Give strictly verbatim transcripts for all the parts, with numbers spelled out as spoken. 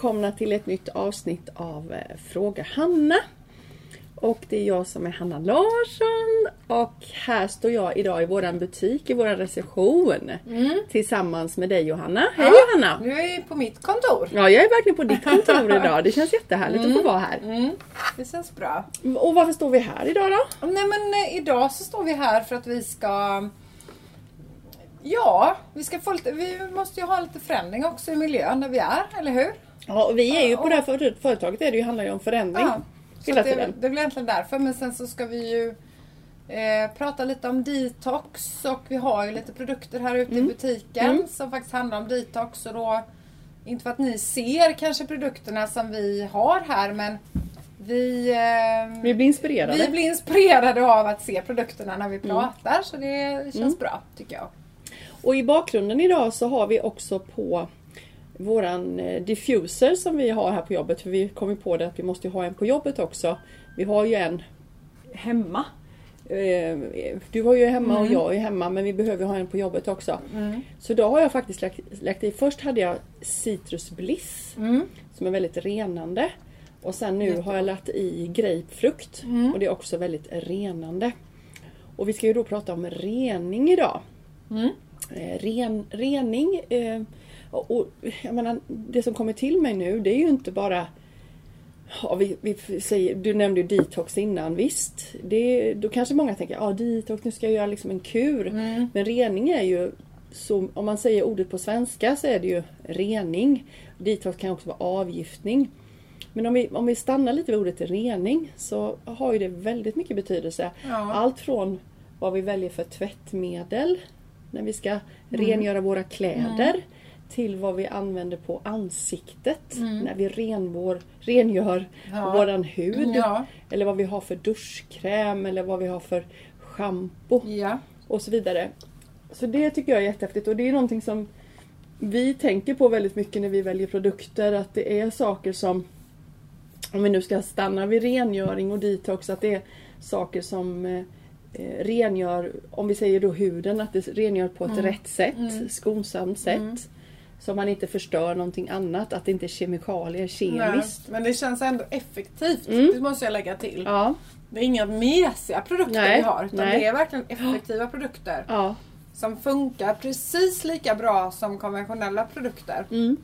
välkomna till ett nytt avsnitt av Fråga Hanna. Och det är jag som är Hanna Larsson. Och här står jag idag i våran butik, i våran reception. Mm. Tillsammans med dig Johanna. Hej ja, Johanna! Nu är jag på mitt kontor. Ja, jag är verkligen på ditt kontor idag. Det känns jättehärligt mm. att få vara här. Mm. Det känns bra. Och varför står vi här idag då? Nej men eh, idag så står vi här för att vi ska... Ja, vi, ska få lite, vi måste ju ha lite förändring också i miljön där vi är, eller hur? Ja, och vi är ju på det här företaget, är det ju, handlar ju om förändring. Ja, så det, det blir egentligen därför. Men sen så ska vi ju eh, prata lite om detox. Och vi har ju lite produkter här ute mm. i butiken mm. som faktiskt handlar om detox. Och då, inte för att ni ser kanske produkterna som vi har här, men vi, eh, vi blir inspirerade. Vi blir inspirerade av att se produkterna när vi pratar. Mm. Så det känns mm. bra, tycker jag. Och i bakgrunden idag så har vi också på våran diffuser som vi har här på jobbet. För vi kom på det att vi måste ha en på jobbet också. Vi har ju en hemma. Du har ju hemma mm. och jag är hemma, men vi behöver ha en på jobbet också. Mm. Så då har jag faktiskt lagt, lagt i. Först hade jag Citrus Bliss mm. som är väldigt renande. Och sen nu Jättebra. har jag lagt i grapefrukt mm. och det är också väldigt renande. Och vi ska ju då prata om rening idag. Mm. Ren, rening eh, och, och jag menar, det som kommer till mig nu, det är ju inte bara ja, vi, vi säger, du nämnde ju detox innan, visst det, då kanske många tänker, ja detox, nu ska jag göra liksom en kur mm. men rening är ju så, om man säger ordet på svenska så är det ju rening. Detox kan också vara avgiftning, men om vi, om vi stannar lite vid ordet rening så har ju det väldigt mycket betydelse. Ja. Allt från vad vi väljer för tvättmedel när vi ska mm. rengöra våra kläder mm. till vad vi använder på ansiktet mm. när vi renvår, rengör ja. våran hud ja. eller vad vi har för duschkräm eller vad vi har för shampoo ja. och så vidare. Så det tycker jag är jättehäftigt, och det är någonting som vi tänker på väldigt mycket när vi väljer produkter, att det är saker som, om vi nu ska stanna vid rengöring och detox, att det är saker som Eh, rengör, om vi säger då huden, att det rengör på ett mm. rätt sätt, mm. skonsamt sätt mm. så man inte förstör någonting annat, att det inte är kemikalier, kemiskt. Nej, men det känns ändå effektivt, mm. det måste jag lägga till. Ja. Det är inga mesiga produkter Nej. vi har, utan Nej. det är verkligen effektiva produkter ja. som funkar precis lika bra som konventionella produkter. Mm.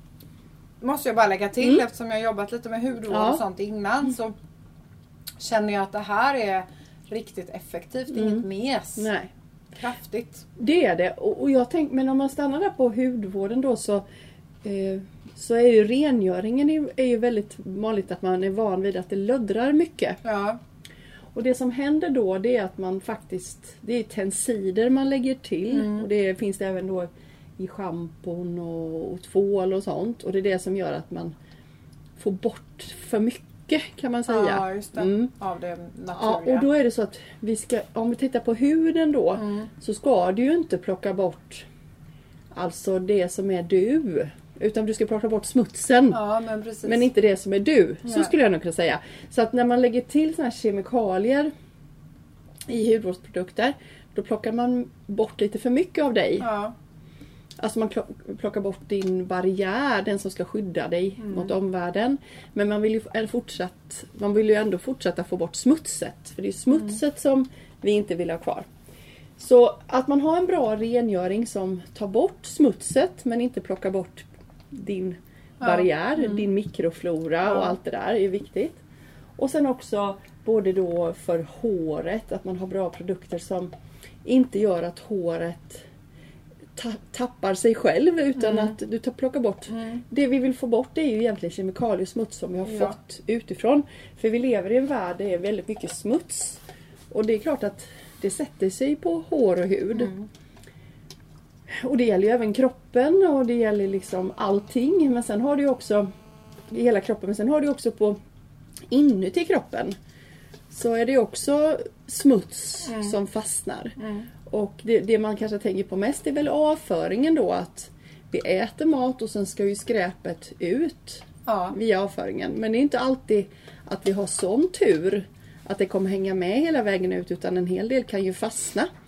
Måste jag bara lägga till, mm. eftersom jag har jobbat lite med hudvård ja. och sånt innan mm. så känner jag att det här är riktigt effektivt, mm. inget mes. Nej. Kraftigt. Det är det. Och, och jag tänker, men om man stannar där på hudvården då så, eh, så är ju rengöringen är, är ju väldigt vanligt att man är van vid att det löddrar mycket. Ja. Och det som händer då, det är att man faktiskt, det är tensider man lägger till. Mm. Och det finns det även då i schampon och, och tvål och sånt. Och det är det som gör att man får bort för mycket, kan man säga. Ja, just det. Mm. Av det naturliga. Ja, och då är det så att vi ska, om vi tittar på huden då, mm. så ska du ju inte plocka bort alltså det som är du, utan du ska plocka bort smutsen. Ja, men precis. Men inte det som är du. Så ja. skulle jag nog kunna säga. Så att när man lägger till såna här kemikalier i hudvårdsprodukter, då plockar man bort lite för mycket av dig. Ja. Alltså man plockar bort din barriär, den som ska skydda dig mm. mot omvärlden. Men man vill ju fortsatt, man vill ju ändå fortsätta få bort smutset. För det är smutset mm. som vi inte vill ha kvar. Så att man har en bra rengöring som tar bort smutset men inte plockar bort din ja. barriär, mm. din mikroflora ja. och allt det där är viktigt. Och sen också både då för håret, att man har bra produkter som inte gör att håret tappar sig själv, utan mm. att du tar, plockar bort mm. det vi vill få bort är ju egentligen kemikalier och smuts som vi har ja. fått utifrån, för vi lever i en värld där det är väldigt mycket smuts, och det är klart att det sätter sig på hår och hud mm. och det gäller ju även kroppen och det gäller liksom allting, men sen har du också i hela kroppen, men sen har du också på inuti kroppen så är det också smuts mm. som fastnar. Mm. Och det, det man kanske tänker på mest är väl avföringen då, att vi äter mat och sen ska ju skräpet ut ja. via avföringen. Men det är inte alltid att vi har sån tur att det kommer hänga med hela vägen ut, utan en hel del kan ju fastna.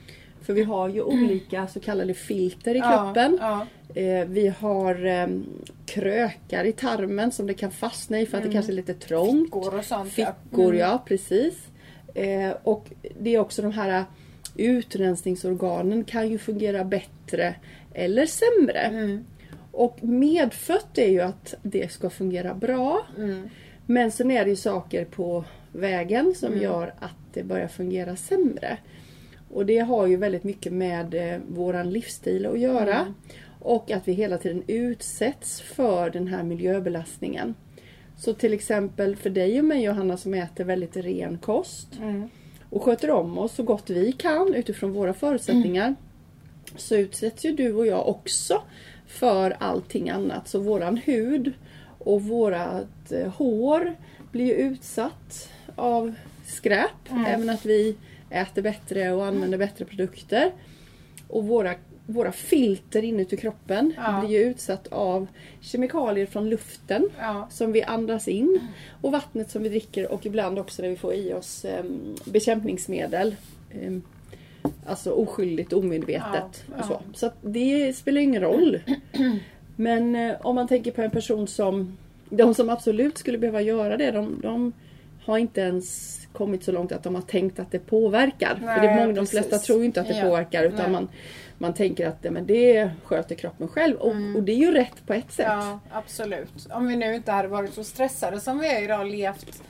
För vi har ju olika så kallade filter i kroppen. Ja, ja. Eh, vi har eh, krökar i tarmen som det kan fastna i för att mm. det kanske är lite trångt. Fickor och sånt. Fickor, mm. ja precis. Eh, och det är också de här utrensningsorganen kan ju fungera bättre eller sämre. Mm. Och medfött är ju att det ska fungera bra. Mm. Men sen är det ju saker på vägen som mm. gör att det börjar fungera sämre. Och det har ju väldigt mycket med eh, våran livsstil att göra. Mm. Och att vi hela tiden utsätts för den här miljöbelastningen. Så till exempel för dig och mig, Johanna, som äter väldigt ren kost. Mm. Och sköter om oss så gott vi kan utifrån våra förutsättningar. Mm. Så utsätts ju du och jag också för allting annat. Så våran hud och vårat eh, hår blir ju utsatt av skräp. Mm. Även att vi äter bättre och använder bättre produkter. Och våra, våra filter inuti kroppen ja. blir ju utsatt av kemikalier från luften ja. som vi andas in. Och vattnet som vi dricker och ibland också när vi får i oss eh, bekämpningsmedel. Eh, alltså oskyldigt, omedvetet. Ja. Och så så att det spelar ingen roll. Men eh, om man tänker på en person som de som absolut skulle behöva göra det, de, de har inte ens kommit så långt att de har tänkt att det påverkar. Nej, för det är många, de flesta tror ju inte att det ja. påverkar utan man, man tänker att det, men det sköter kroppen själv. Och, mm. och det är ju rätt på ett sätt. Ja, absolut. Om vi nu inte hade varit så stressade som vi är idag, levt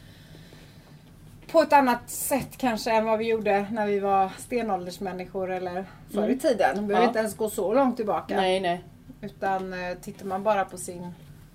på ett annat sätt kanske än vad vi gjorde när vi var stenåldersmänniskor eller förr i tiden. Vi behöver ja. inte ens gå så långt tillbaka. Nej, nej. Utan eh, tittar man bara på sin...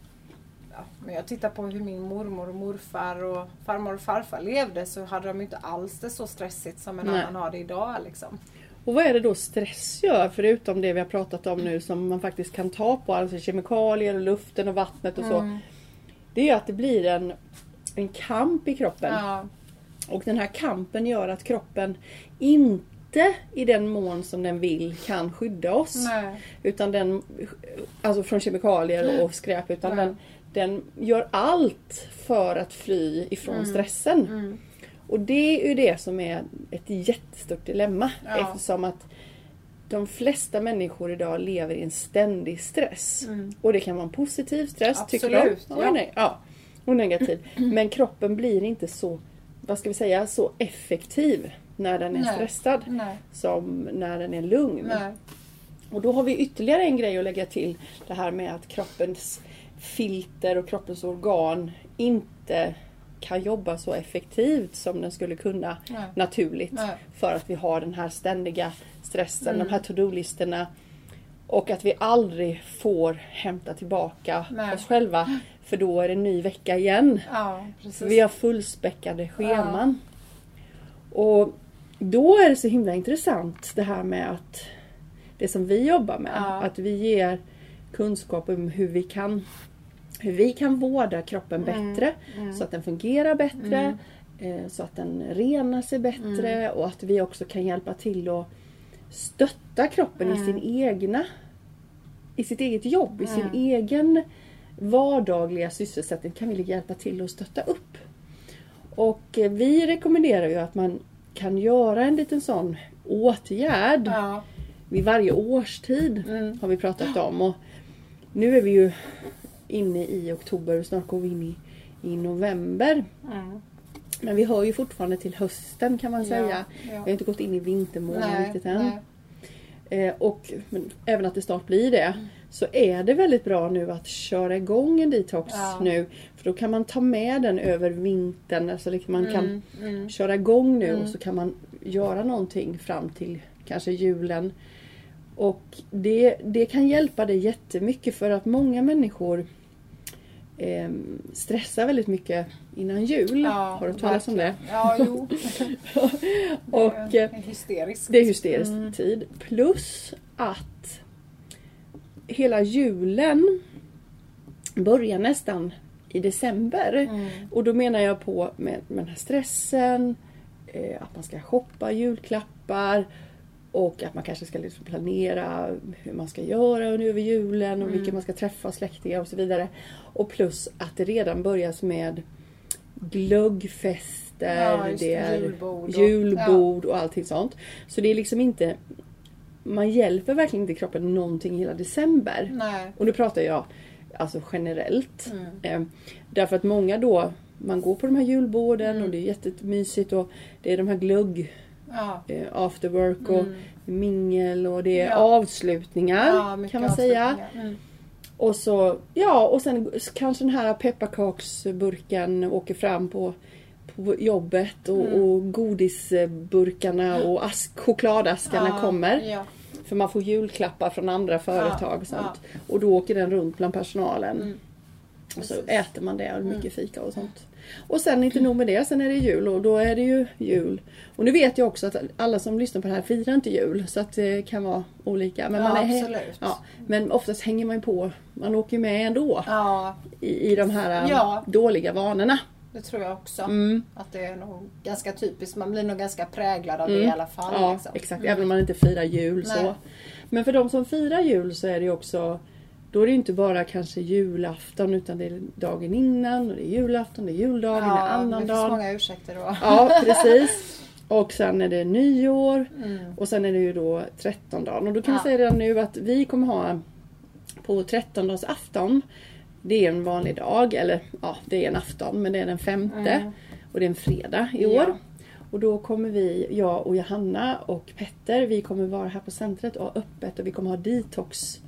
Ja, men jag tittar på hur min mormor och morfar och farmor och farfar levde, så hade de inte alls det så stressigt som en nej. annan har det idag. Liksom. Och vad är det då stress gör, förutom det vi har pratat om nu som man faktiskt kan ta på, alltså kemikalier och luften och vattnet och så. Mm. Det är att det blir en, en kamp i kroppen. Ja. Och den här kampen gör att kroppen inte i den mån som den vill kan skydda oss. Nej. Utan den, alltså från kemikalier och skräp, utan den, den gör allt för att fly ifrån mm. stressen. Mm. Och det är ju det som är ett jättestort dilemma. Ja. Eftersom att de flesta människor idag lever i en ständig stress. Mm. Och det kan vara en positiv stress, absolut, tycker de. Ja. Och, nej, ja, och negativ. Men kroppen blir inte så, vad ska vi säga, så effektiv när den är nej. stressad. Nej. Som när den är lugn. Nej. Och då har vi ytterligare en grej att lägga till. Det här med att kroppens filter och kroppens organ inte kan jobba så effektivt som den skulle kunna nej. naturligt. Nej. För att vi har den här ständiga stressen, mm. de här to-do-listorna. Och att vi aldrig får hämta tillbaka nej. oss själva. För då är det en ny vecka igen. Ja, precis. Vi har fullspäckade scheman. Ja. Och då är det så himla intressant det här med att det som vi jobbar med. Ja. Att vi ger kunskap om hur vi kan hur vi kan vårda kroppen mm. bättre. Mm. Så att den fungerar bättre. Mm. Eh, så att den renar sig bättre. Mm. Och att vi också kan hjälpa till att stötta kroppen mm. i sin egna i sitt eget jobb. Mm. I sin egen vardagliga sysselsättning kan vi hjälpa till att stötta upp. Och eh, vi rekommenderar ju att man kan göra en liten sån åtgärd. Ja. Vid varje årstid mm. har vi pratat om. Och nu är vi ju inne i oktober och snart går vi in i, i november. Mm. Men vi hör ju fortfarande till hösten kan man ja, säga. ja. Vi har inte gått in i vintermånaden nej, riktigt än. Nej. Eh, och men, även att det snart blir det. Mm. Så är det väldigt bra nu att köra igång en detox ja. nu. För då kan man ta med den över vintern. Alltså liksom man kan mm, mm. köra igång nu mm. och så kan man göra någonting fram till kanske julen. Och det, det kan hjälpa dig jättemycket för att många människor eh, stressar väldigt mycket innan jul. Ja, har du talat om det? Ja, jo. och, det är hysteriskt. Det är hysterisk mm. tid. Plus att hela julen börjar nästan i december. Mm. Och då menar jag på med, med den här stressen, eh, att man ska shoppa julklappar. Och att man kanske ska liksom planera hur man ska göra under över julen. Och mm. vilka man ska träffa, släktingar och så vidare. Och plus att det redan börjas med glöggfester. Ja, det är julbord, och, julbord ja. och allting sånt. Så det är liksom inte man hjälper verkligen inte kroppen någonting hela december. Nej. Och nu pratar jag alltså generellt. Mm. Eh, därför att många då, man går på de här julborden mm. och det är jättemysigt och det är de här glugg ja. eh, after work och mm. mingel och det är ja. avslutningar ja, kan man säga. Mm. Och så, ja och sen kanske den här pepparkaksburken åker fram på på jobbet och, mm. och godisburkarna och ask, chokladaskarna ja, kommer. Ja. För man får julklappar från andra företag och sånt. Ja. Och då åker den runt bland personalen. Mm. Och så äter man det och mycket fika och sånt. Och sen inte nog med det, sen är det jul och då är det ju jul. Och nu vet jag också att alla som lyssnar på det här firar inte jul. Så att det kan vara olika. Men, ja, man är, absolut. Ja, men oftast hänger man ju på. Man åker med ändå. Ja. I, I de här ja. dåliga vanorna. Det tror jag också. Mm. Att det är nog ganska typiskt. Man blir nog ganska präglad av mm. det i alla fall. Ja, liksom. exakt. Mm. Även om man inte firar jul. Så. Men för de som firar jul så är det ju också... Då är det ju inte bara kanske julafton utan det är dagen innan. Och det är julafton, det är juldagen, ja, det är annandagen. det finns många ursäkter då. Ja, precis. Och sen är det nyår. Mm. Och sen är det ju då trettondagen. Och då kan ja. jag säga redan nu att vi kommer ha på trettondagsafton. Det är en vanlig dag. Eller ja, det är en afton. Men det är den femte. Mm. Och det är en fredag i år. Ja. Och då kommer vi, jag och Johanna och Petter. Vi kommer vara här på centret och ha öppet. Och vi kommer ha detox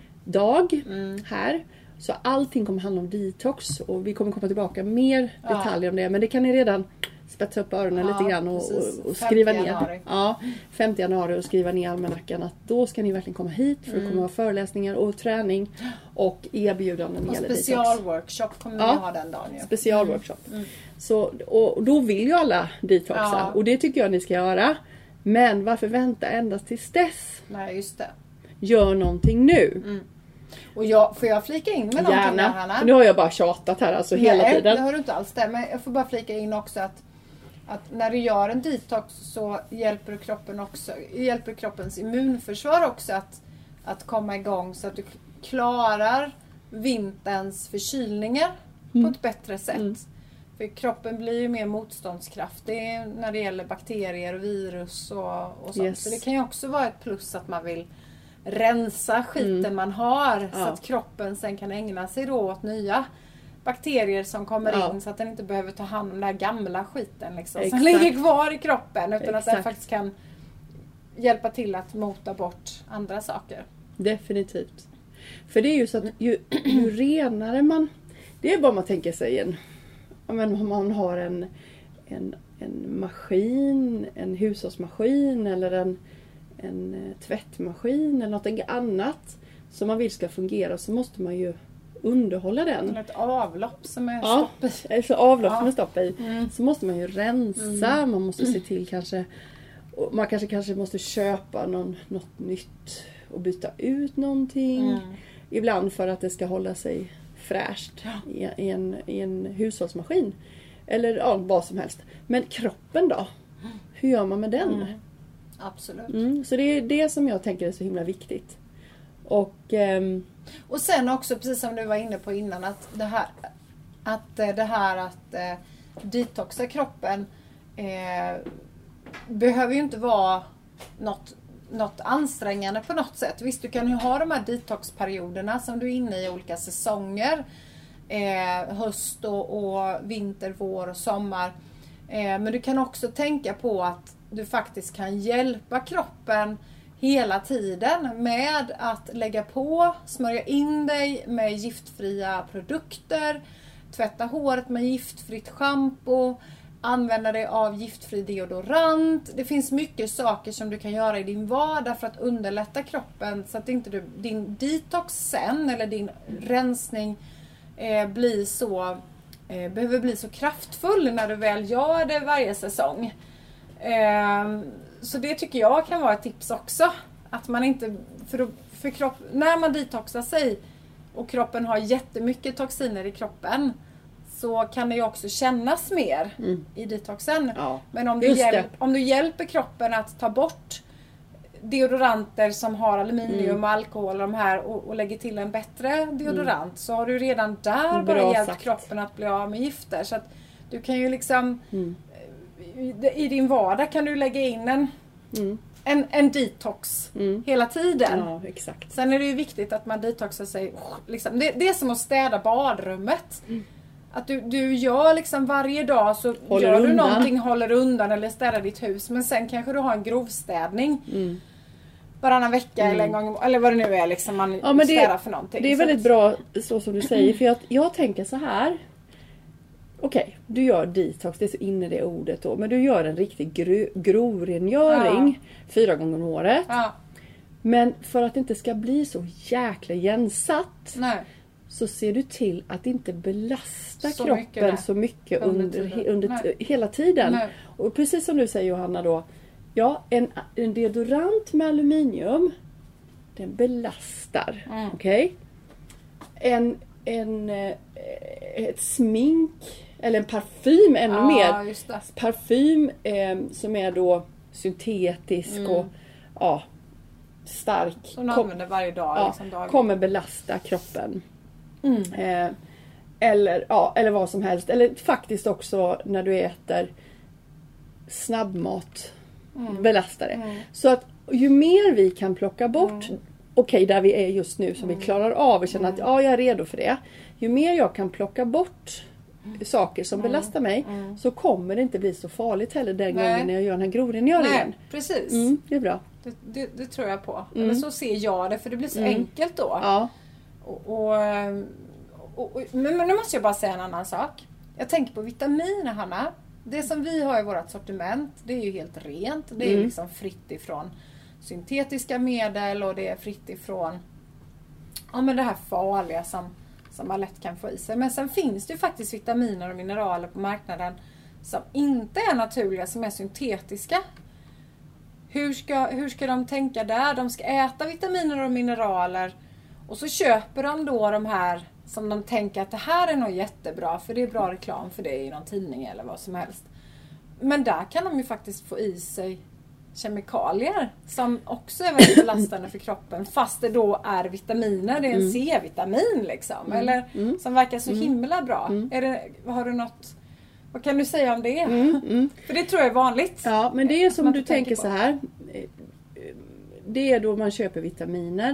dag mm. här. Så allting kommer handla om detox. Och vi kommer komma tillbaka mer detaljer ja. om det. Men det kan ni redan spetsa upp öronen ja, lite grann. Och, och, och skriva ner. Ja, femte januari och skriva ner almanackan. Att då ska ni verkligen komma hit. För mm. det kommer vara föreläsningar och träning. Och erbjudanden när det gäller detox. Och specialworkshop kommer ja, vi ha den dagen. Ja. Specialworkshop. Mm. Så, och, och då vill ju alla detoxa. Ja. Och det tycker jag ni ska göra. Men varför vänta endast tills dess? Nej, just det. Gör någonting nu. Mm. Och jag, får jag flika in med någonting Gärna. där, Hanna? Nu har jag bara tjatat här alltså Nej, hela tiden. Nej, det har du inte alls det. Men jag får bara flika in också att, att när du gör en detox så hjälper du kroppen också, hjälper kroppens immunförsvar också att, att komma igång så att du klarar vinterns förkylningar mm. på ett bättre sätt. Mm. För kroppen blir ju mer motståndskraftig när det gäller bakterier och virus och, och sånt. Yes. Så det kan ju också vara ett plus att man vill rensa skiten mm. man har ja. så att kroppen sen kan ägna sig då åt nya bakterier som kommer ja. in så att den inte behöver ta hand om den där gamla skiten liksom, som ligger kvar i kroppen utan Exakt. att den faktiskt kan hjälpa till att mota bort andra saker. Definitivt. För det är ju så att ju, ju renare man, det är bara man tänker sig en, om man har en, en, en maskin, en hushållsmaskin eller en en tvättmaskin eller något annat som man vill ska fungera så måste man ju underhålla den. Eller ett avlopp som är ja, stopp i. Ett avlopp ja. som är stopp i. Mm. Så måste man ju rensa, mm. man måste se till kanske, man kanske kanske måste köpa någon, något nytt och byta ut någonting. Mm. Ibland för att det ska hålla sig fräscht ja. i, i, en, i en hushållsmaskin. Eller ja, vad som helst. Men kroppen då? Hur gör man med den? Mm. Absolut. Mm, så det är det som jag tänker är så himla viktigt. Och, ehm... och sen också, precis som du var inne på innan, att det här att det här att eh, detoxa kroppen eh, behöver ju inte vara något, något ansträngande på något sätt. Visst, du kan ju ha de här detoxperioderna som du är inne i olika säsonger. Eh, höst och, och vinter, vår och sommar. Eh, men du kan också tänka på att du faktiskt kan hjälpa kroppen hela tiden med att lägga på, smörja in dig med giftfria produkter, tvätta håret med giftfritt shampoo, använda dig av giftfri deodorant. Det finns mycket saker som du kan göra i din vardag för att underlätta kroppen så att inte du, din detox sen eller din rensning eh, blir så, eh, behöver bli så kraftfull när du väl gör det varje säsong. Eh, så det tycker jag kan vara ett tips också. Att man inte, för, för kropp, när man detoxar sig och kroppen har jättemycket toxiner i kroppen så kan det ju också kännas mer mm. i detoxen. Ja, men om du, hjälp, om du hjälper kroppen att ta bort deodoranter som har aluminium mm. och alkohol och de här och, och lägger till en bättre deodorant mm. så har du redan där bara hjälpt sagt. kroppen att bli av med gifter. Så att du kan ju liksom mm. i, i din vardag kan du lägga in en, mm. en, en detox mm. hela tiden. Ja, exakt. Sen är det ju viktigt att man detoxar sig. Liksom, det, det är som att städa badrummet. Mm. Att du, du gör liksom varje dag så håller gör du undan. någonting, håller undan eller städar ditt hus. Men sen kanske du har en grovstädning. Mm. Varannan vecka mm. eller en gång, eller vad det nu är liksom man ja, men det, städar för någonting. Det är väldigt att... bra så som du säger. För jag, jag tänker så här. Okej, okay, du gör detox, det är så inne det ordet då. Men du gör en riktig gro, grovrengöring ja. fyra gånger om året. Ja. Men för att det inte ska bli så jäkla gensatt. Nej. Så ser du till att inte belasta så kroppen mycket så mycket under, under, under hela tiden. Nej. Och precis som du säger Johanna då. Ja, en, en deodorant med aluminium. Den belastar. Mm. Okej? Okay? En, en, ett smink. Eller en parfym ännu ja, mer. Just det. Parfym eh, som är då syntetisk mm. och ja, stark. Som du använder varje dag. Ja, liksom kommer belasta kroppen. Mm. Eh, eller, ja, eller vad som helst. Eller faktiskt också när du äter snabbmat. Mm. Belastar det. Mm. Så att ju mer vi kan plocka bort. Mm. Okej, okay, där vi är just nu. Som mm. vi klarar av och känner mm. att ja, jag är redo för det. Ju mer jag kan plocka bort saker som mm. belastar mig mm. så kommer det inte bli så farligt heller den Nej. gången när jag gör den här grovrengöringen. Nej, precis. Mm, det är bra. Det, det, det tror jag på. Mm. Eller så ser jag det för det blir så mm. enkelt då. Ja. Och, och, och, och, men nu måste jag bara säga en annan sak. Jag tänker på vitaminer, Hanna. Det som vi har i vårt sortiment, det är ju helt rent. Det är mm. liksom fritt ifrån syntetiska medel och det är fritt ifrån ja, men det här farliga som som man lätt kan få i sig. Men sen finns det ju faktiskt vitaminer och mineraler på marknaden som inte är naturliga, som är syntetiska. Hur ska, hur ska de tänka där? De ska äta vitaminer och mineraler och så köper de då de här som de tänker att det här är nog jättebra för det är bra reklam för det i någon tidning eller vad som helst. Men där kan de ju faktiskt få i sig kemikalier som också är väldigt belastande för kroppen fast det då är vitaminer, det är en mm. C-vitamin liksom mm. eller mm. som verkar så himla bra. Mm. Är det, har du något, vad kan du säga om det? Mm. Mm. För det tror jag är vanligt. Ja, men det är som du tänker så här. Det är då man köper vitaminer.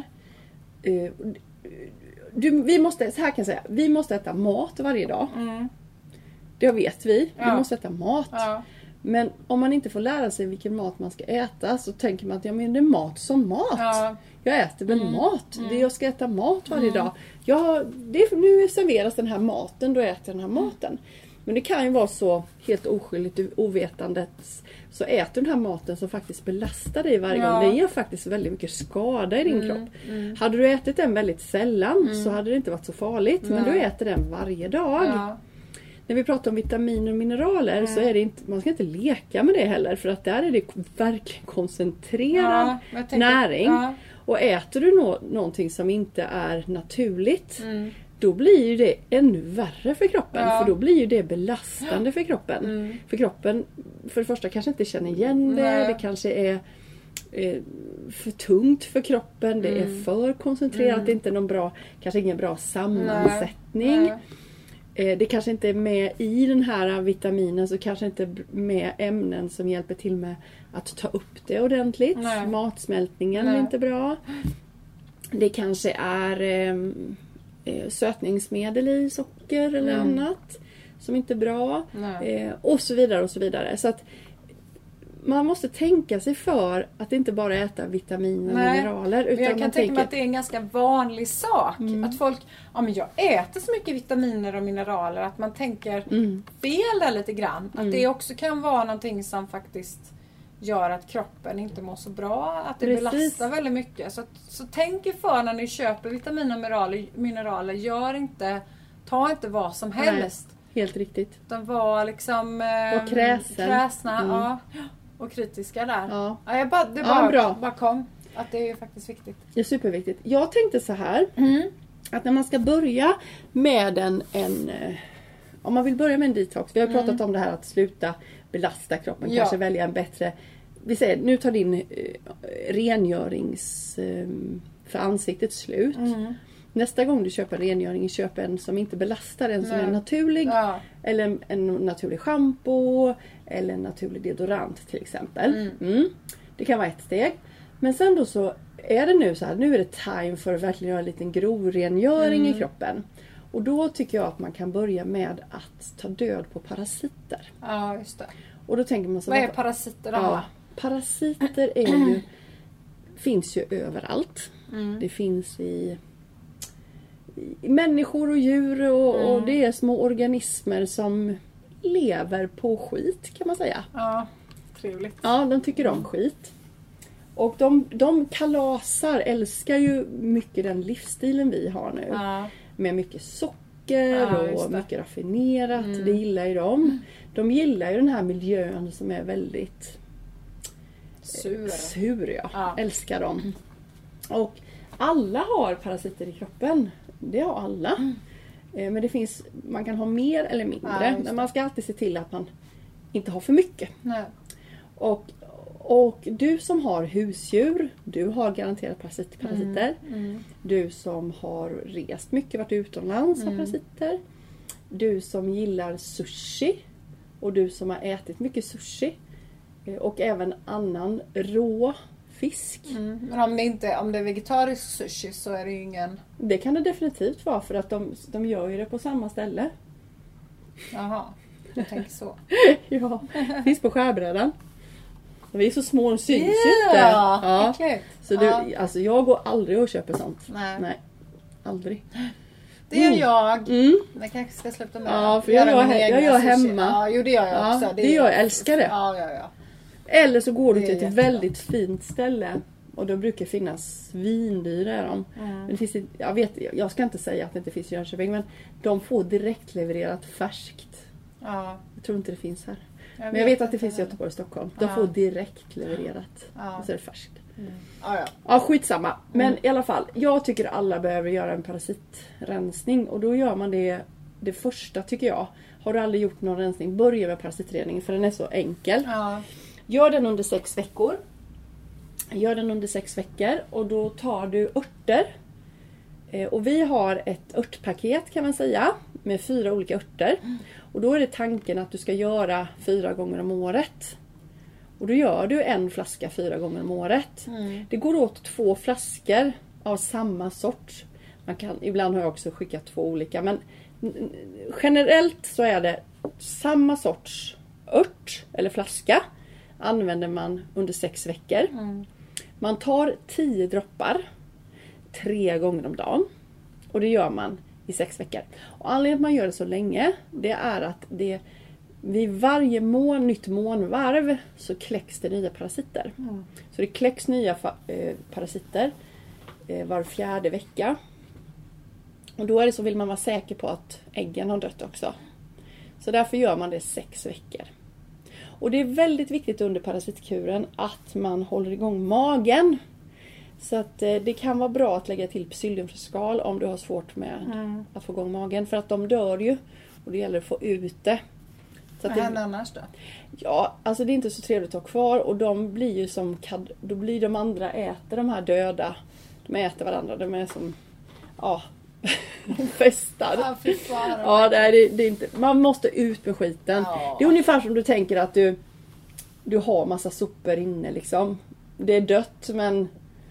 Du, vi måste, så här kan jag säga, vi måste äta mat varje dag. Mm. Det vet vi. Ja. Vi måste äta mat. Ja. Men om man inte får lära sig vilken mat man ska äta så tänker man att ja, men det är mat som mat. Ja. Jag äter väl mm. mat. Mm. Det jag ska äta mat varje mm. dag. Ja, det, nu serveras den här maten, då äter jag den här maten. Men det kan ju vara så helt oskyldigt ovetandet så äter den här maten som faktiskt belastar dig varje ja. gång. Den ger faktiskt väldigt mycket skada i din mm. kropp. Mm. Hade du ätit den väldigt sällan mm. så hade det inte varit så farligt. Nej. Men du äter den varje dag. Ja. När vi pratar om vitaminer och mineraler mm. så är det inte, man ska inte leka med det heller. För att där är det verkligen koncentrerad ja, tänker, näring. Ja. Och äter du no- någonting som inte är naturligt, mm. då blir ju det ännu värre för kroppen. Ja. För då blir ju det belastande för kroppen. Mm. För kroppen, för det första kanske inte känner igen det. Nej. Det kanske är eh, för tungt för kroppen. Det mm. är för koncentrerat. Mm. Det är inte någon bra, kanske ingen bra sammansättning. Nej. Nej. Det kanske inte är med i den här vitaminen, så kanske inte med ämnen som hjälper till med att ta upp det ordentligt. Nej. Matsmältningen Nej. är inte bra. Det kanske är eh, sötningsmedel i socker eller mm. annat som inte är bra. Eh, och så vidare och så vidare. Så att man måste tänka sig för att inte bara äta vitaminer och Nej, mineraler. Utan jag kan man tänka tänker... mig att det är en ganska vanlig sak. Mm. Att folk, ja men jag äter så mycket vitaminer och mineraler. Att man tänker mm. fel där lite grann. Att mm. det också kan vara någonting som faktiskt gör att kroppen inte mår så bra. Att det Precis. belastar väldigt mycket. Så, så tänk er för när ni köper vitaminer och mineraler. mineraler gör inte, ta inte vad som helst. Nej, helt riktigt. De var liksom eh, och kräsen. kräsna. Mm. Ja. Och kritiska där. Ja. Ja, jag bara, det ja, bara, bra. bara kom. Att det är faktiskt viktigt. Det är superviktigt. Jag tänkte så här. Mm. Att när man ska börja med en, en... Om man vill börja med en detox. Vi har pratat mm. om det här att sluta belasta kroppen. Ja. Kanske välja en bättre... Vi säger, nu tar din eh, rengörings... Eh, för ansiktet slut. Mm. Nästa gång du köper rengöring, köp en som inte belastar, en som Nej. är naturlig. Ja. Eller en, en naturlig shampoo. Eller en naturlig deodorant till exempel. Mm. Mm. Det kan vara ett steg. Men sen då så är det nu så här, nu är det time för att verkligen göra en liten grovrengöring mm. i kroppen. Och då tycker jag att man kan börja med att ta död på parasiter. Ja, just det. Och då tänker man så, vad är parasiter då? Ja, parasiter är ju, finns ju överallt. Mm. Det finns i, i människor och djur och, mm. och det är små organismer som lever på skit kan man säga. Ja, trevligt. Ja, de tycker om skit. Och de, de kalasar, älskar ju mycket den livsstilen vi har nu. Ja. Med mycket socker ja, och mycket raffinerat. Mm. Det gillar ju de. De gillar ju den här miljön som är väldigt sur. sur ja. Ja. Älskar dem. Mm. Och alla har parasiter i kroppen. Det har alla. Mm. Men det finns, man kan ha mer eller mindre. Ja, men man ska alltid se till att man inte har för mycket. Nej. Och Och du som har husdjur, du har garanterat parasit, parasiter. Mm, mm. Du som har rest mycket, varit utomlands mm. har parasiter. Du som gillar sushi. Och du som har ätit mycket sushi. Och även annan rå fisk. Mm. Men om det inte om det är vegetarisk sushi så är det ju ingen... Det kan det definitivt vara för att de, de gör ju det på samma ställe. Jaha, jag tänker så. Ja, finns på skärbrädan. Vi är så små och syns ju inte. Ja, ja. Så du, ja. Alltså jag går aldrig och köper sånt. Nej. Nej. Aldrig. Det gör jag. Mm. Jag kanske ska sluta med ja, för jag, jag, jag, jag gör hemma. Ja, jo, det gör jag ja, också. Det, det gör jag, älskar det. Ja, ja, ja. Eller så går du till ett jättebra. väldigt fint ställe. Och då brukar finnas svindyra är de. Mm. Men det finns, jag, vet, jag ska inte säga att det inte finns i Jönköping. Men de får direkt levererat färskt. Ja. Jag tror inte det finns här. Jag men jag vet att det finns i Göteborg och Stockholm. De ja. får direkt levererat. Ja. Och så är det färskt. Mm. Ja, ja. Ja, skitsamma. Men mm. i alla fall. Jag tycker alla behöver göra en parasitrensning. Och då gör man det, det första tycker jag. Har du aldrig gjort någon rensning, börja med parasitrening. För den är så enkel. Ja. Gör den under sex veckor. Gör den under sex veckor. Och då tar du örter. Och vi har ett örtpaket kan man säga. Med fyra olika örter. Mm. Och då är det tanken att du ska göra fyra gånger om året. Och då gör du en flaska fyra gånger om året. Mm. Det går åt två flaskor av samma sort. Man kan, ibland har jag också skickat två olika. Men generellt så är det samma sorts ört eller flaska. Använder man under sex veckor. Mm. Man tar tio droppar. Tre gånger om dagen. Och det gör man i sex veckor. Och anledningen att man gör det så länge, det är att det vid varje mån, nytt månvarv så kläcks det nya parasiter. Mm. Så det kläcks nya fa- eh, parasiter eh, var fjärde vecka. Och då är det så, vill man vara säker på att äggen har dött också. Så därför gör man det sex veckor. Och det är väldigt viktigt under parasitkuren att man håller igång magen. Så att eh, det kan vara bra att lägga till psylliumfoscal om du har svårt med mm. att få igång magen. För att de dör ju. Och det gäller att få ut det. Så Vad händer annars då? Ja, alltså det är inte så trevligt att ha kvar. Och de blir ju som, då blir de andra äter de här döda. De äter varandra, de är som, ja, de festar. Ja, fy fan. Ja, det är, det är inte, man måste ut med skiten. Ja. Det är ungefär som du tänker att du, du har massa sopor inne liksom. Det är dött men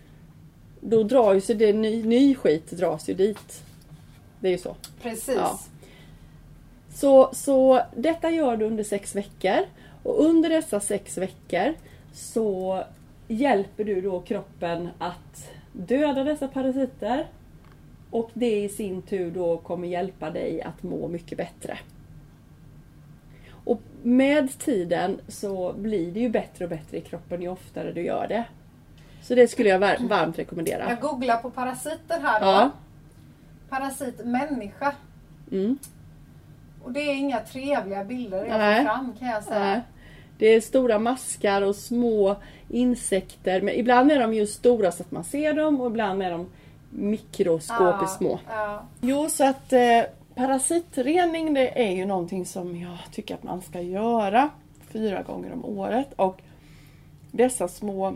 då drar ju sig det, ny, ny skit dras ju dit. Det är ju så. Precis. Ja. Så, så detta gör du under sex veckor. Och under dessa sex veckor så hjälper du då kroppen att döda dessa parasiter. Och det i sin tur då kommer hjälpa dig att må mycket bättre. Och med tiden så blir det ju bättre och bättre i kroppen ju oftare du gör det. Så det skulle jag var- varmt rekommendera. Jag googlar på parasiter här då. Ja. Parasit människa. Mm. Och det är inga trevliga bilder jag Nej. får fram kan jag säga. Nej. Det är stora maskar och små insekter. Men ibland är de ju stora så att man ser dem. Och ibland är de mikroskopiskt ja, små. Ja. Jo, så att eh, parasitrening det är ju någonting som jag tycker att man ska göra fyra gånger om året. Och dessa små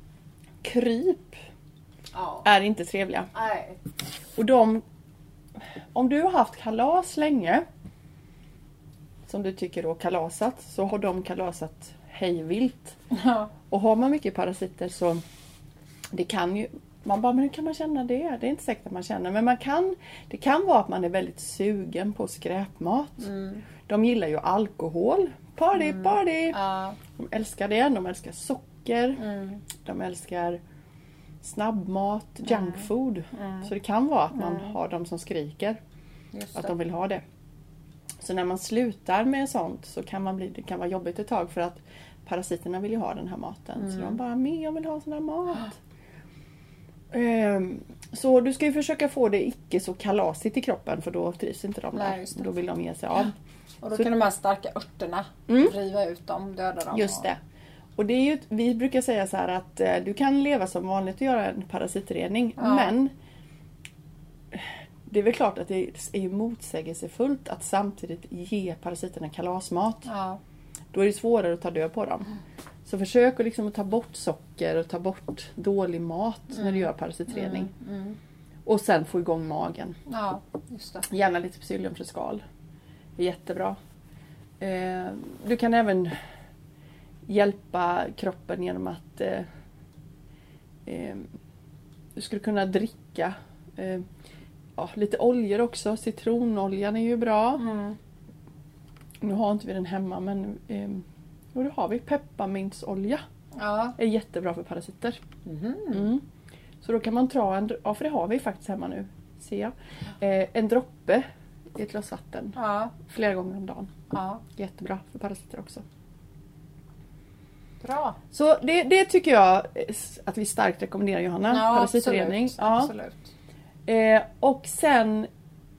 kryp ja. är inte trevliga. Nej. Och de, om du har haft kalas länge, som du tycker då kalasat, så har de kalasat hejvilt. Ja. Och har man mycket parasiter så det kan ju, man bara, men hur kan man känna det? Det är inte säkert att man känner, men man kan, det kan vara att man är väldigt sugen på skräpmat. Mm. De gillar ju alkohol. Party, Mm. party! Ja. De älskar det, de älskar socker, Mm. de älskar snabbmat, junkfood. Mm. Så det kan vara att man Mm. har de som skriker. Just Att det. de vill ha det. Så när man slutar med sånt så kan man bli, det kan vara jobbigt ett tag för att parasiterna vill ju ha den här maten. Mm. Så de bara, men jag vill ha sån här mat. Um, så du ska ju försöka få det icke så kalasigt i kroppen för då trivs inte de Nej, där. just det. Då vill de ge sig av. Och då Så- kan de här starka örterna Mm. riva ut dem, döda dem. Just det. Och det är ju, vi brukar säga så här att eh, du kan leva som vanligt och göra en parasitrening. Ja. Men det är väl klart att det är ju motsägelsefullt att samtidigt ge parasiterna kalasmat. Ja. Då är det svårare att ta död på dem. Så försök att liksom ta bort socker och ta bort dålig mat när du gör parasitrening. Mm. Mm. Och sen få igång magen. Ja, just det. Gärna lite psylliumfröskal. Det är jättebra. Eh, du kan även hjälpa kroppen genom att eh, eh, du skulle kunna dricka eh, ja, lite oljor också. Citronoljan är ju bra. Mm. Nu har inte vi den hemma men eh, jo, det har vi. Pepparmintsolja Ja. är jättebra för parasiter. Mhm. Mm. Så då kan man ta en, ja för det har vi faktiskt hemma nu, ser jag. Eh, en droppe i ett glas vatten Ja. flera gånger om dagen. Ja. Jättebra för parasiter också. Bra. Så det, det tycker jag att vi starkt rekommenderar, Johanna. Ja, parasitrening. absolut. Ja. absolut. Eh, och sen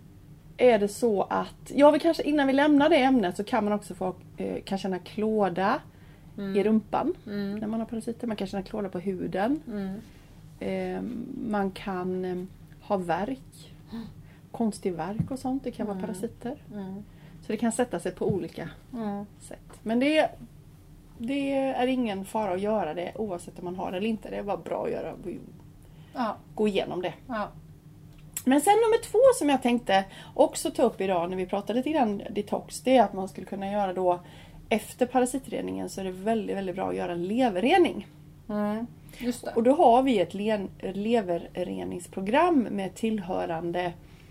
är det så att, ja vi kanske innan vi lämnar det ämnet så kan man också få eh, kan känna klåda i rumpan Mm. när man har parasiter. Man kan känna klåda på huden. Mm. Eh, man kan eh, ha värk. Konstig värk och sånt. Det kan vara Mm. parasiter. Mm. Så det kan sätta sig på olika Mm. sätt. Men det, det är ingen fara att göra det oavsett om man har det eller inte. Det är bara bra att göra, Ja. gå igenom det. Ja. Men sen nummer två som jag tänkte också ta upp idag när vi pratade lite grann detox. Det är att man skulle kunna göra då efter parasitreningen så är det väldigt, väldigt bra att göra en leverrening. Mm. Just det. Och då har vi ett len- leverreningsprogram med tillhörande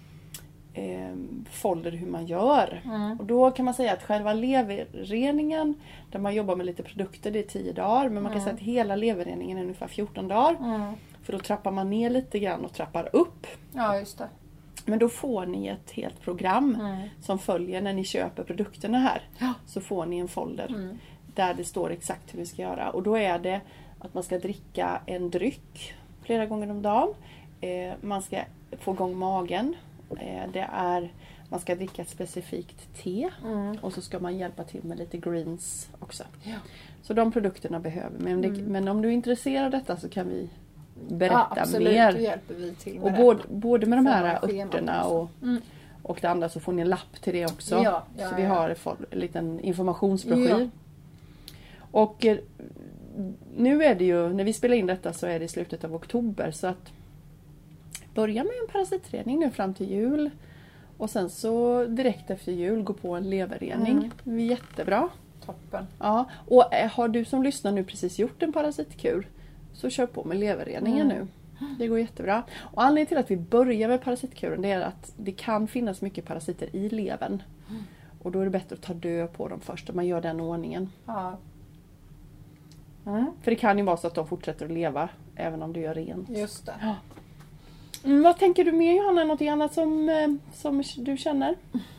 eh, folder hur man gör. Mm. Och då kan man säga att själva leverreningen där man jobbar med lite produkter det är tio dagar. Men man kan Mm. säga att hela leverreningen är ungefär fjorton dagar. Mm. För då trappar man ner lite grann och trappar upp. Ja, just det. Men då får ni ett helt program Mm. som följer när ni köper produkterna här. Ja. Så får ni en folder Mm. där det står exakt hur vi ska göra. Och då är det att man ska dricka en dryck flera gånger om dagen. Eh, man ska få igång magen. Eh, det är, man ska dricka ett specifikt te. Mm. Och så ska man hjälpa till med lite greens också. Ja. Så de produkterna behöver men, det, Mm. men om du är intresserad av detta så kan vi berätta Ja, absolut. mer. Då hjälper vi till med Och det. både, både med de Får här man schemat örterna också. och, Mm. och det andra så får ni en lapp till det också. Ja, ja, så vi ja. har en fol- en liten informationsbroschyr. Ja. Och eh, nu är det ju, när vi spelar in detta så är det i slutet av oktober så att börja med en parasitrening nu fram till jul. Och sen så direkt efter jul gå på en leverrening. Mm. Det är jättebra. Toppen. Ja, och eh, har du som lyssnar nu precis gjort en parasitkur så kör på med leverreningen Mm. nu. Det går jättebra. Och anledningen till att vi börjar med parasitkuren det är att det kan finnas mycket parasiter i levern. Mm. Och då är det bättre att ta död på dem först om man gör den ordningen. Ja. Mm. För det kan ju vara så att de fortsätter att leva även om du gör rent. Just det. Ja. Mm, vad tänker du mer Johanna? Något annat som, eh, som du känner?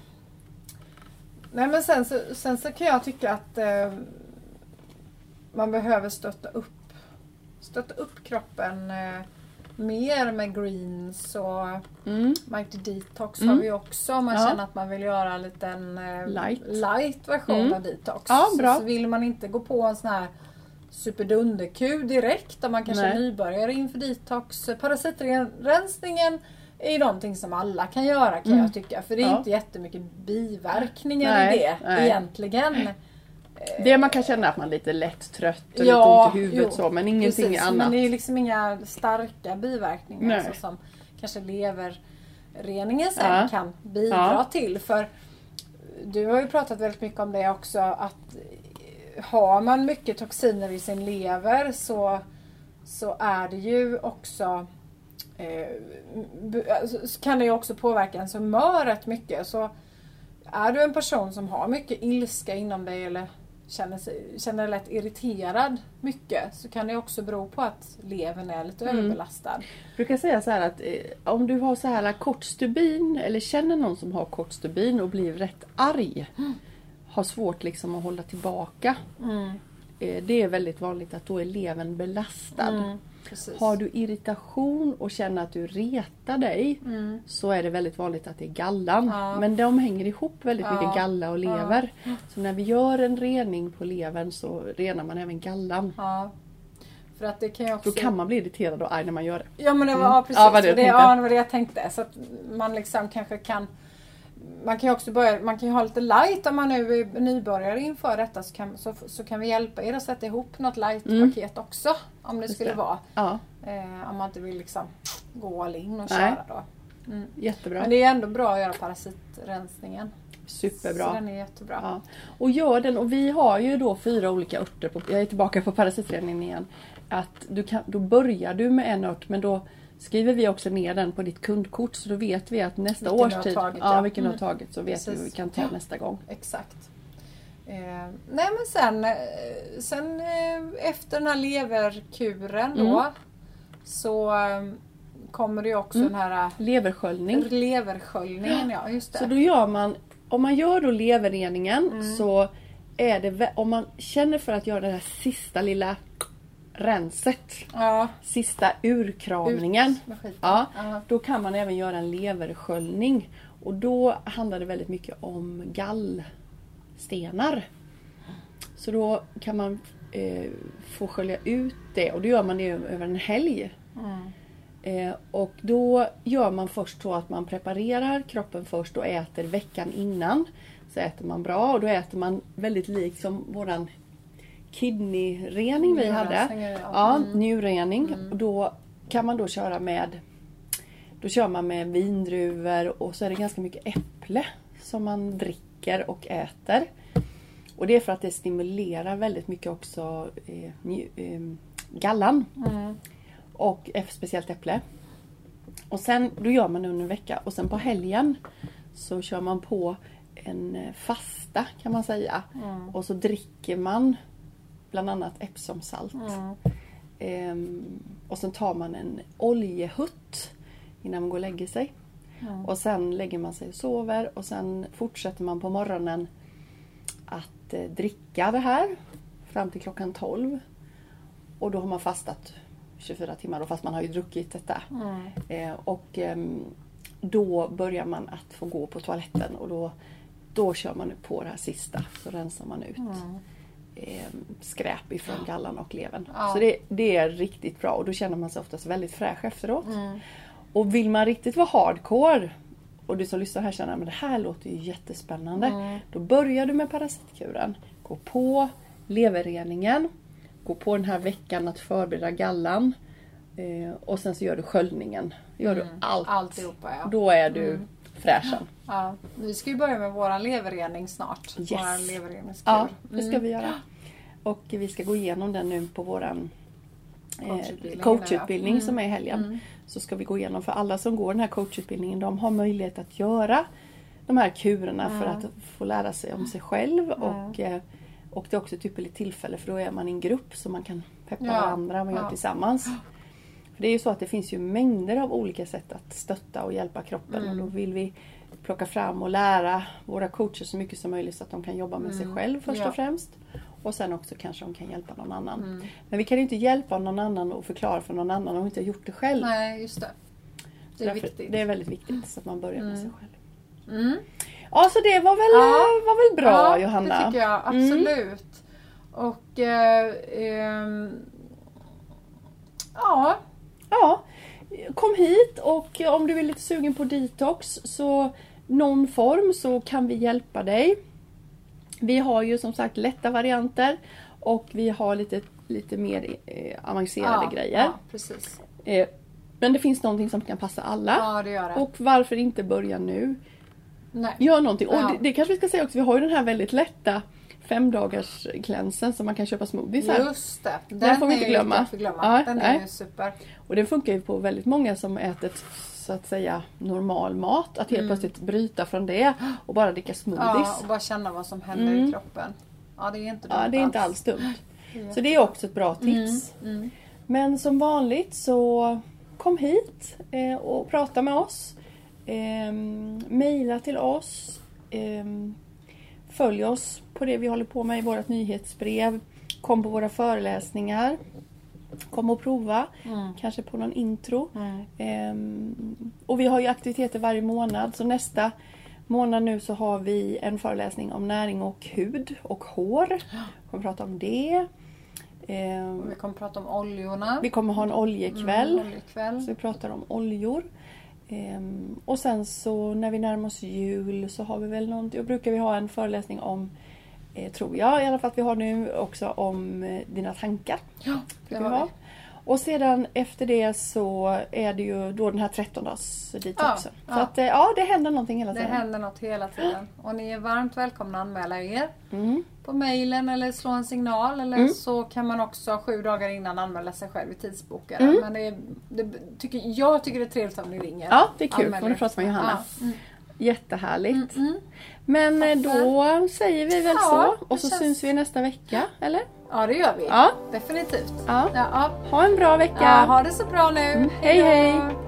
Nej, men sen så, sen så kan jag tycka att eh, man behöver stötta upp stötta upp kroppen eh, mer med greens och Mm. Mighty Detox Mm. har vi också. Om man Ja. känner att man vill göra en liten eh, Light. light version Mm. av detox. Ja, bra. Så, så vill man inte gå på en sån här superdunderkur direkt om man kanske Nej. är nybörjare inför detox. Parasitrensningen är ju någonting som alla kan göra kan Mm. jag tycka. För det är Ja. inte jättemycket biverkningar Nej, i det nej. egentligen. Det man kan känna att man är lite lätt trött och Ja, lite ont i huvudet jo, så men ingenting Precis, annat. men det är ju liksom inga starka biverkningar Nej. alltså, som kanske leverreningen sen Ja. kan bidra Ja. till. För du har ju pratat väldigt mycket om det också att har man mycket toxiner i sin lever så, så är det ju också eh, så kan det ju också påverka ens humör rätt mycket. Så är du en person som har mycket ilska inom dig eller känner, sig, känner dig lätt irriterad mycket, så kan det också bero på att levern är lite mm. överbelastad. Jag brukar säga så här att eh, om du har så här kort stubin eller känner någon som har kort stubin och blir rätt arg, mm. har svårt liksom att hålla tillbaka. Mm. Eh, det är väldigt vanligt att då är levern belastad. Mm. Precis. Har du irritation och känner att du retar dig mm. så är det väldigt vanligt att det är gallan. Ja. Men de hänger ihop väldigt ja. mycket, galla och lever. Ja. Så när vi gör en rening på levern så renar man även gallan. Ja. För att det kan också... Då kan man bli irriterad och arg när man gör det. Ja, men det var, mm. ja, precis. Ja, vad det, det, ja, det var det jag tänkte. Så att man liksom kanske kan... Man kan ju också börja, man kan ju ha lite light om man nu är nybörjare inför detta, så kan, så, så kan vi hjälpa er att sätta ihop något light-paket mm. också. Om det skulle det. vara. Ja. Eh, om man inte vill liksom gå all in och Nej. köra då. Mm. Jättebra. Men det är ändå bra att göra parasitrensningen. Superbra. Så den är jättebra. Ja. Och gör den, och vi har ju då fyra olika örter. På, jag är tillbaka på parasitreningen igen. Att du kan, då börjar du med en ört, men då skriver vi också ner den på ditt kundkort, så då vet vi att nästa vilken års tid, tagit, ja, ja. vilken mm. har tagit, så vet Precis. vi vad vi kan ta ja. nästa gång. Exakt. Eh, nej men sen, sen eh, efter den här leverkuren då mm. så eh, kommer det ju också mm. den här leversköljning. Leversköljningen, ja just det. Så då gör man, om man gör då leverreningen mm. så är det, om man känner för att göra den här sista lilla renset. Ja. Sista urkramningen. Ut ja, uh-huh. Då kan man även göra en leversköljning. Och då handlar det väldigt mycket om gallstenar. Så då kan man eh, få skölja ut det. Och då gör man det över en helg. Mm. Eh, och då gör man först så att man preparerar kroppen först och äter veckan innan. Så äter man bra, och då äter man väldigt likt som våran kidneyrening vi hade. Ja, mm. njurrening. Mm. Och då kan man då köra med då kör man med vindruvor, och så är det ganska mycket äpple som man dricker och äter. Och det är för att det stimulerar väldigt mycket också eh, nj- eh, gallan. Mm. Och speciellt äpple. Och sen då gör man det under en vecka, och sen på helgen så kör man på en fasta kan man säga. Mm. Och så dricker man bland annat Epsomsalt. Mm. Ehm, och sen tar man en oljehutt innan man går och lägger sig. Mm. Och sen lägger man sig och sover. Och sen fortsätter man på morgonen att eh, dricka det här fram till klockan tolv. Och då har man fastat tjugofyra timmar, då, fast man har ju druckit detta. Mm. Ehm, och ehm, då börjar man att få gå på toaletten. Och då, då kör man på det här sista. Så rensar man ut. Mm. skräp ifrån gallan och levern. Ja. Så det, det är riktigt bra, och då känner man sig oftast väldigt fräsch efteråt. Mm. Och vill man riktigt vara hardcore, och du som lyssnar här känner att det här låter ju jättespännande, mm. då börjar du med parasitkuren. Gå på leverreningen, gå på den här veckan att förbereda gallan, eh, och sen så gör du sköljningen. Gör mm. du allt. Alltihopa, ja. Då är du mm. fräschen. Ja, vi ska ju börja med våran leverrening snart. Yes. Våran leverreningskur. Ja, det ska mm. vi göra. Och vi ska gå igenom den nu på våran coachutbildning, eh, coachutbildning mm. som är i helgen. Mm. Så ska vi gå igenom, för alla som går den här coachutbildningen, de har möjlighet att göra de här kurerna mm. för att få lära sig om sig själv. Mm. Och, eh, och det är också ett ypperligt tillfälle, för då är man i en grupp så man kan peppa ja. varandra och man gör ja. tillsammans. För det är ju så att det finns ju mängder av olika sätt att stötta och hjälpa kroppen. Mm. Och då vill vi plocka fram och lära våra coacher så mycket som möjligt, så att de kan jobba med mm. sig själv först ja. och främst. Och sen också kanske de kan hjälpa någon annan. Mm. Men vi kan ju inte hjälpa någon annan och förklara för någon annan om vi inte har gjort det själv. Nej, just det. Det är viktigt. Det är väldigt viktigt, så att man börjar mm. med sig själv. Mm. Ja, så det var väl, ja. var väl bra, ja, Johanna? Det tycker jag, absolut. Mm. Och eh, eh, ja. Ja, kom hit, och om du är lite sugen på detox, så någon form, så kan vi hjälpa dig. Vi har ju som sagt lätta varianter, och vi har lite, lite mer eh, avancerade ja, grejer. Ja, precis. Eh, men det finns någonting som kan passa alla. Ja, det gör det. Och varför inte börja nu? Nej. Gör någonting. Ja. Och det, det kanske vi ska säga också, vi har ju den här väldigt lätta fem dagars glänsen som man kan köpa smoothies här. Just det. Den, den får vi inte glömma. glömma. Ja, den är ju super. Och den funkar ju på väldigt många som äter så att säga normal mat. Att helt mm. plötsligt bryta från det och bara dricka smoothies. Ja, och bara känna vad som händer mm. i kroppen. Ja, det är inte dumt. Ja, det är inte alls dumt. Så det är också ett bra tips. Mm. Mm. Men som vanligt så kom hit eh, och prata med oss. Eh, maila till oss. Eh, följ oss på det vi håller på med i vårt nyhetsbrev. Kom på våra föreläsningar. Kom och prova. Mm. Kanske på någon intro. Mm. Eh, och vi har ju aktiviteter varje månad. Så nästa månad nu så har vi en föreläsning om näring och hud och hår. Vi kommer prata om det. Eh, vi kommer prata om oljorna. Vi kommer ha en oljekväll. Mm, oljekväll. Så vi pratar om oljor. Eh, och sen så när vi närmar oss jul så har vi väl någon, då brukar vi ha en föreläsning om, eh, tror jag i alla fall att vi har nu också om eh, dina tankar. Ja, det har vi. Ha. Och sedan efter det så är det ju då den här tretton-dags detoxen. Ja, så ja. att ja, det händer någonting hela tiden. Det händer något hela tiden. Och ni är varmt välkomna att anmäla er. Mm. På mejlen eller slå en signal. Eller mm. så kan man också sju dagar innan anmäla sig själv i tidsbokaren. Mm. Men det, är, det tycker, jag tycker det är trevligt om ni ringer. Ja, det är kul. Och då pratar med Johanna. Ja. Mm. Jättehärligt. Mm, mm. Men då säger vi väl ja, så. Och så känns... syns vi nästa vecka, eller? Ja, det gör vi. Ja. Definitivt. Ja. Ja, ja. Ha en bra vecka. Ja, ha det så bra nu. Mm. Hej, hej.